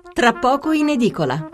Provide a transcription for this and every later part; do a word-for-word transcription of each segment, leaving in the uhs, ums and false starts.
Tra poco in edicola.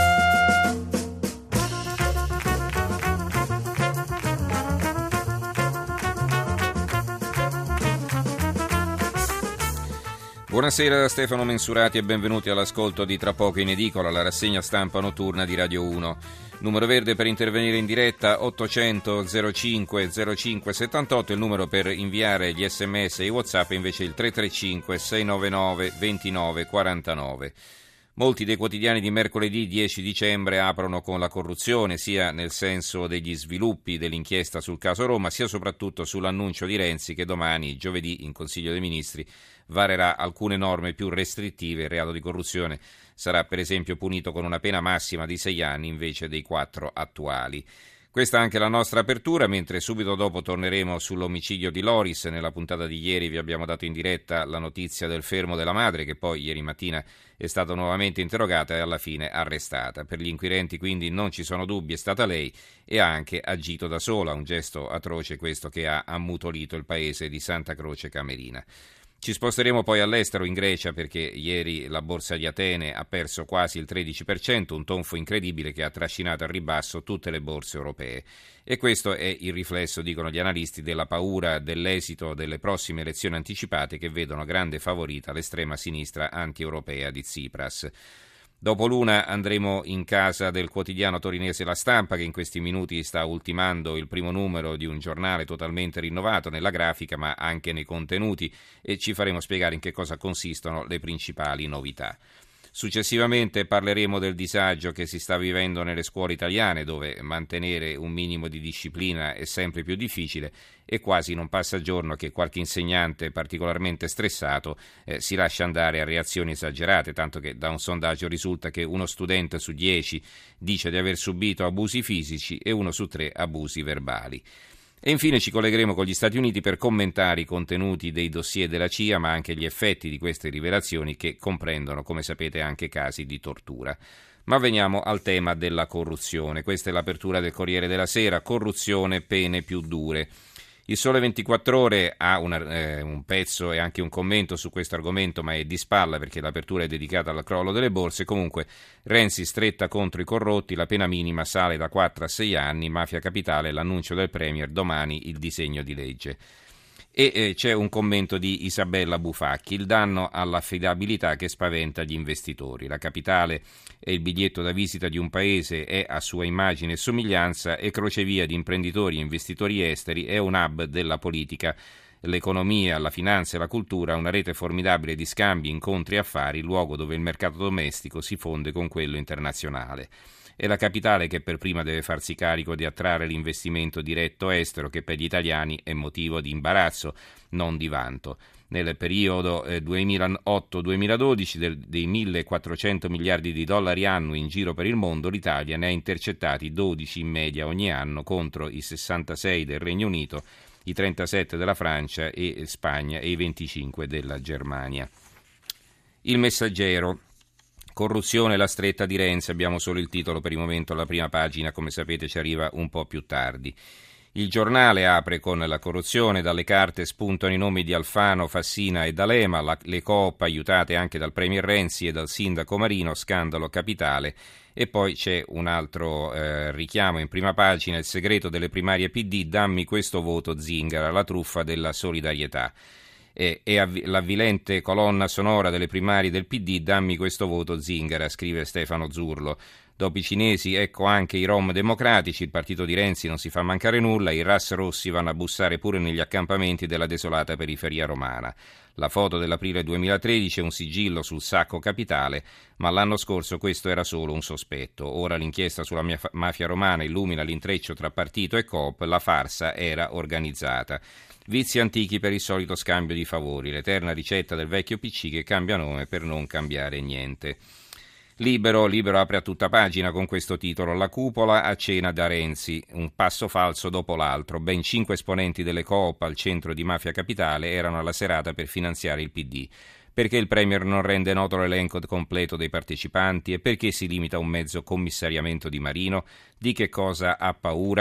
Buonasera da Stefano Mensurati e benvenuti all'ascolto di Tra poco in edicola, la rassegna stampa notturna di Radio uno. Numero verde per intervenire in diretta ottocento zero cinque zero cinque settantotto, il numero per inviare gli sms e i WhatsApp invece il tre tre cinque sei nove nove due nove quattro nove. Molti dei quotidiani di mercoledì dieci dicembre aprono con la corruzione, sia nel senso degli sviluppi dell'inchiesta sul caso Roma, sia soprattutto sull'annuncio di Renzi che domani, giovedì, in Consiglio dei Ministri, varerà alcune norme più restrittive. Il reato di corruzione sarà per esempio punito con una pena massima di sei anni invece dei quattro attuali. Questa è anche la nostra apertura, mentre subito dopo torneremo sull'omicidio di Loris. Nella puntata di ieri vi abbiamo dato in diretta la notizia del fermo della madre, che poi ieri mattina è stata nuovamente interrogata e alla fine arrestata. Per gli inquirenti quindi non ci sono dubbi, è stata lei e ha anche agito da sola, un gesto atroce questo che ha ammutolito il paese di Santa Croce Camerina. Ci sposteremo poi all'estero, in Grecia, perché ieri la borsa di Atene ha perso quasi il tredici per cento, un tonfo incredibile che ha trascinato al ribasso tutte le borse europee. E questo è il riflesso, dicono gli analisti, della paura dell'esito delle prossime elezioni anticipate che vedono grande favorita l'estrema sinistra anti-europea di Tsipras. Dopo l'una andremo in casa del quotidiano torinese La Stampa, che in questi minuti sta ultimando il primo numero di un giornale totalmente rinnovato nella grafica ma anche nei contenuti, e ci faremo spiegare in che cosa consistono le principali novità. Successivamente parleremo del disagio che si sta vivendo nelle scuole italiane, dove mantenere un minimo di disciplina è sempre più difficile e quasi non passa giorno che qualche insegnante particolarmente stressato eh, si lascia andare a reazioni esagerate, tanto che da un sondaggio risulta che uno studente su dieci dice di aver subito abusi fisici e uno su tre abusi verbali. E infine ci collegheremo con gli Stati Uniti per commentare i contenuti dei dossier della C I A, ma anche gli effetti di queste rivelazioni che comprendono, come sapete, anche casi di tortura. Ma veniamo al tema della corruzione. Questa è l'apertura del Corriere della Sera: corruzione, pene più dure. Il Sole ventiquattro Ore ha una, eh, un pezzo e anche un commento su questo argomento, ma è di spalla perché l'apertura è dedicata al crollo delle borse. Comunque, Renzi stretta contro i corrotti, la pena minima sale da quattro a sei anni, Mafia Capitale, l'annuncio del Premier, domani il disegno di legge. E eh, c'è un commento di Isabella Bufacchi: il danno all'affidabilità che spaventa gli investitori. La capitale è il biglietto da visita di un paese, è a sua immagine e somiglianza, è crocevia di imprenditori e investitori esteri, è un hub della politica, l'economia, la finanza e la cultura, una rete formidabile di scambi, incontri e affari, luogo dove il mercato domestico si fonde con quello internazionale. È la capitale che per prima deve farsi carico di attrarre l'investimento diretto estero, che per gli italiani è motivo di imbarazzo, non di vanto. Nel periodo eh, duemilaotto duemiladodici del, dei millequattrocento miliardi di dollari annui in giro per il mondo, l'Italia ne ha intercettati dodici in media ogni anno, contro i sessantasei del Regno Unito, i trentasette della Francia e Spagna e i venticinque della Germania. Il Messaggero: corruzione, la stretta di Renzi. Abbiamo solo il titolo per il momento alla prima pagina, come sapete ci arriva un po' più tardi. Il Giornale apre con la corruzione: dalle carte spuntano i nomi di Alfano, Fassina e D'Alema, la, le Coop aiutate anche dal Premier Renzi e dal sindaco Marino, scandalo capitale. E poi c'è un altro eh, richiamo in prima pagina: il segreto delle primarie P D, dammi questo voto Zingara, la truffa della solidarietà. E, e avvi, l'avvilente colonna sonora delle primarie del P D, dammi questo voto Zingara, scrive Stefano Zurlo. Dopo i cinesi, ecco anche i rom democratici, il partito di Renzi non si fa mancare nulla, i ras rossi vanno a bussare pure negli accampamenti della desolata periferia romana. La foto dell'aprile duemilatredici è un sigillo sul sacco capitale, ma l'anno scorso questo era solo un sospetto. Ora l'inchiesta sulla mafia romana illumina l'intreccio tra partito e Coop, la farsa era organizzata. Vizi antichi per il solito scambio di favori, l'eterna ricetta del vecchio P C che cambia nome per non cambiare niente. Libero, Libero apre a tutta pagina con questo titolo: la cupola a cena da Renzi, un passo falso dopo l'altro. Ben cinque esponenti delle Coop al centro di Mafia Capitale erano alla serata per finanziare il P D. Perché il Premier non rende noto l'elenco completo dei partecipanti e perché si limita a un mezzo commissariamento di Marino? Di che cosa ha paura?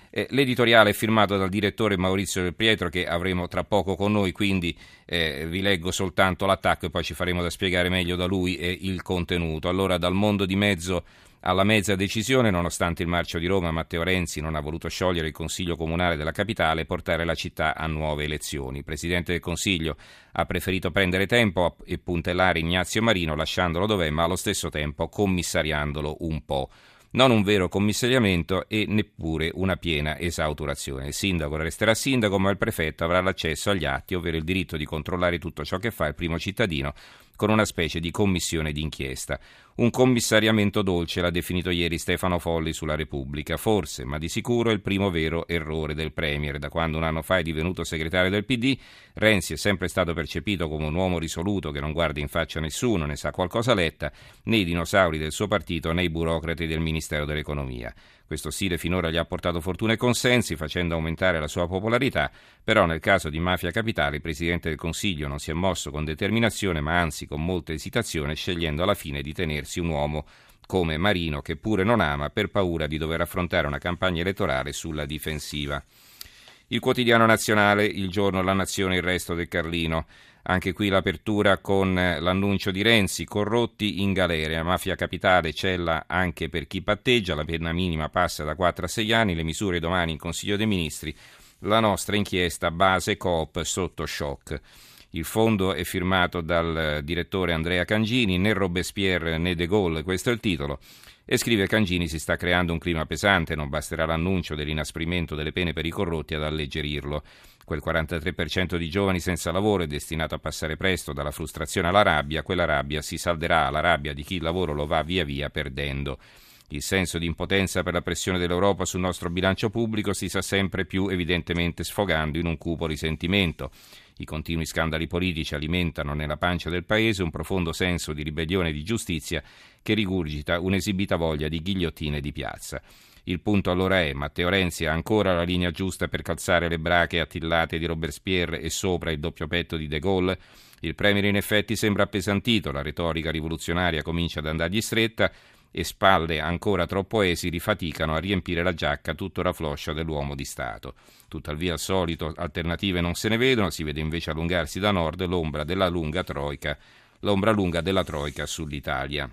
Eh, l'editoriale è firmato dal direttore Maurizio Del Pietro, che avremo tra poco con noi, quindi eh, vi leggo soltanto l'attacco e poi ci faremo da spiegare meglio da lui e il contenuto. Allora, dal mondo di mezzo alla mezza decisione, nonostante il marcio di Roma, Matteo Renzi non ha voluto sciogliere il Consiglio Comunale della Capitale e portare la città a nuove elezioni. Il Presidente del Consiglio ha preferito prendere tempo e puntellare Ignazio Marino, lasciandolo dov'è, ma allo stesso tempo commissariandolo un po'. Non un vero commissariamento e neppure una piena esautorazione. Il sindaco resterà sindaco, ma il prefetto avrà l'accesso agli atti, ovvero il diritto di controllare tutto ciò che fa il primo cittadino, con una specie di commissione d'inchiesta. Un commissariamento dolce l'ha definito ieri Stefano Folli sulla Repubblica. Forse, ma di sicuro è il primo vero errore del Premier. Da quando un anno fa è divenuto segretario del P D, Renzi è sempre stato percepito come un uomo risoluto che non guarda in faccia a nessuno, ne sa qualcosa Letta, né i dinosauri del suo partito né i burocrati del Ministero dell'Economia. Questo stile finora gli ha portato fortuna e consensi, facendo aumentare la sua popolarità, però nel caso di Mafia Capitale il Presidente del Consiglio non si è mosso con determinazione, ma anzi con molta esitazione, scegliendo alla fine di tenersi un uomo come Marino, che pure non ama, per paura di dover affrontare una campagna elettorale sulla difensiva. Il quotidiano nazionale, Il Giorno, La Nazione, Il Resto del Carlino. Anche qui l'apertura con l'annuncio di Renzi, corrotti in galera, Mafia Capitale, cella anche per chi patteggia, la pena minima passa da quattro a sei anni, le misure domani in Consiglio dei Ministri, la nostra inchiesta base Coop sotto shock. Il fondo è firmato dal direttore Andrea Cangini, né Robespierre né De Gaulle, questo è il titolo. E scrive Cangini: si sta creando un clima pesante, non basterà l'annuncio dell'inasprimento delle pene per i corrotti ad alleggerirlo. Quel quarantatré per cento di giovani senza lavoro è destinato a passare presto dalla frustrazione alla rabbia, quella rabbia si salderà alla rabbia di chi il lavoro lo va via via perdendo. Il senso di impotenza per la pressione dell'Europa sul nostro bilancio pubblico si sta sempre più evidentemente sfogando in un cupo risentimento. I continui scandali politici alimentano nella pancia del Paese un profondo senso di ribellione e di giustizia che rigurgita un'esibita voglia di ghigliottine di piazza. Il punto allora è: Matteo Renzi ha ancora la linea giusta per calzare le brache attillate di Robespierre e sopra il doppio petto di De Gaulle? Il Premier in effetti sembra appesantito, la retorica rivoluzionaria comincia ad andargli stretta e spalle ancora troppo esili faticano a riempire la giacca tuttora floscia dell'uomo di Stato. Tuttavia, al solito, alternative non se ne vedono, si vede invece allungarsi da nord l'ombra della lunga troica, l'ombra lunga della troica sull'Italia.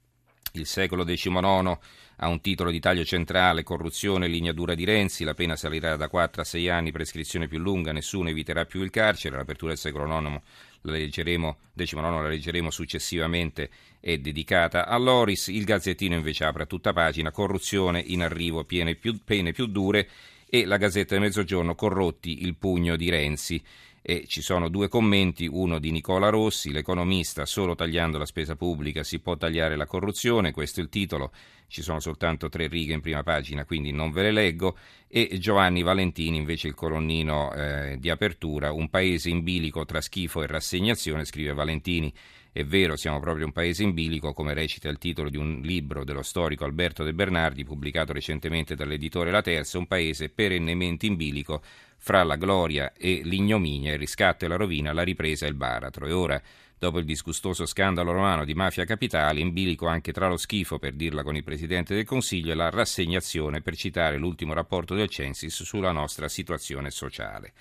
Il secolo diciannove ha un titolo di taglio centrale: corruzione, linea dura di Renzi, la pena salirà da quattro a sei anni, prescrizione più lunga, nessuno eviterà più il carcere. L'apertura del secolo nono la leggeremo, diciannove la leggeremo successivamente, è dedicata all'Oris. Il Gazzettino invece apre a tutta pagina: corruzione in arrivo, pene più, pene più dure, e la Gazzetta del Mezzogiorno: corrotti, il pugno di Renzi. E ci sono due commenti, uno di Nicola Rossi, l'economista: solo tagliando la spesa pubblica si può tagliare la corruzione, questo è il titolo, ci sono soltanto tre righe in prima pagina, quindi non ve le leggo. E Giovanni Valentini invece il colonnino eh, di apertura: un paese in bilico tra schifo e rassegnazione, scrive Valentini. È vero, siamo proprio un paese in bilico, come recita il titolo di un libro dello storico Alberto De Bernardi, pubblicato recentemente dall'editore La Terza, un paese perennemente in bilico fra la gloria e l'ignominia, il riscatto e la rovina, la ripresa e il baratro. E ora, dopo il disgustoso scandalo romano di Mafia Capitale, in bilico anche tra lo schifo, per dirla con il Presidente del Consiglio, e la rassegnazione, per citare l'ultimo rapporto del Censis sulla nostra situazione sociale.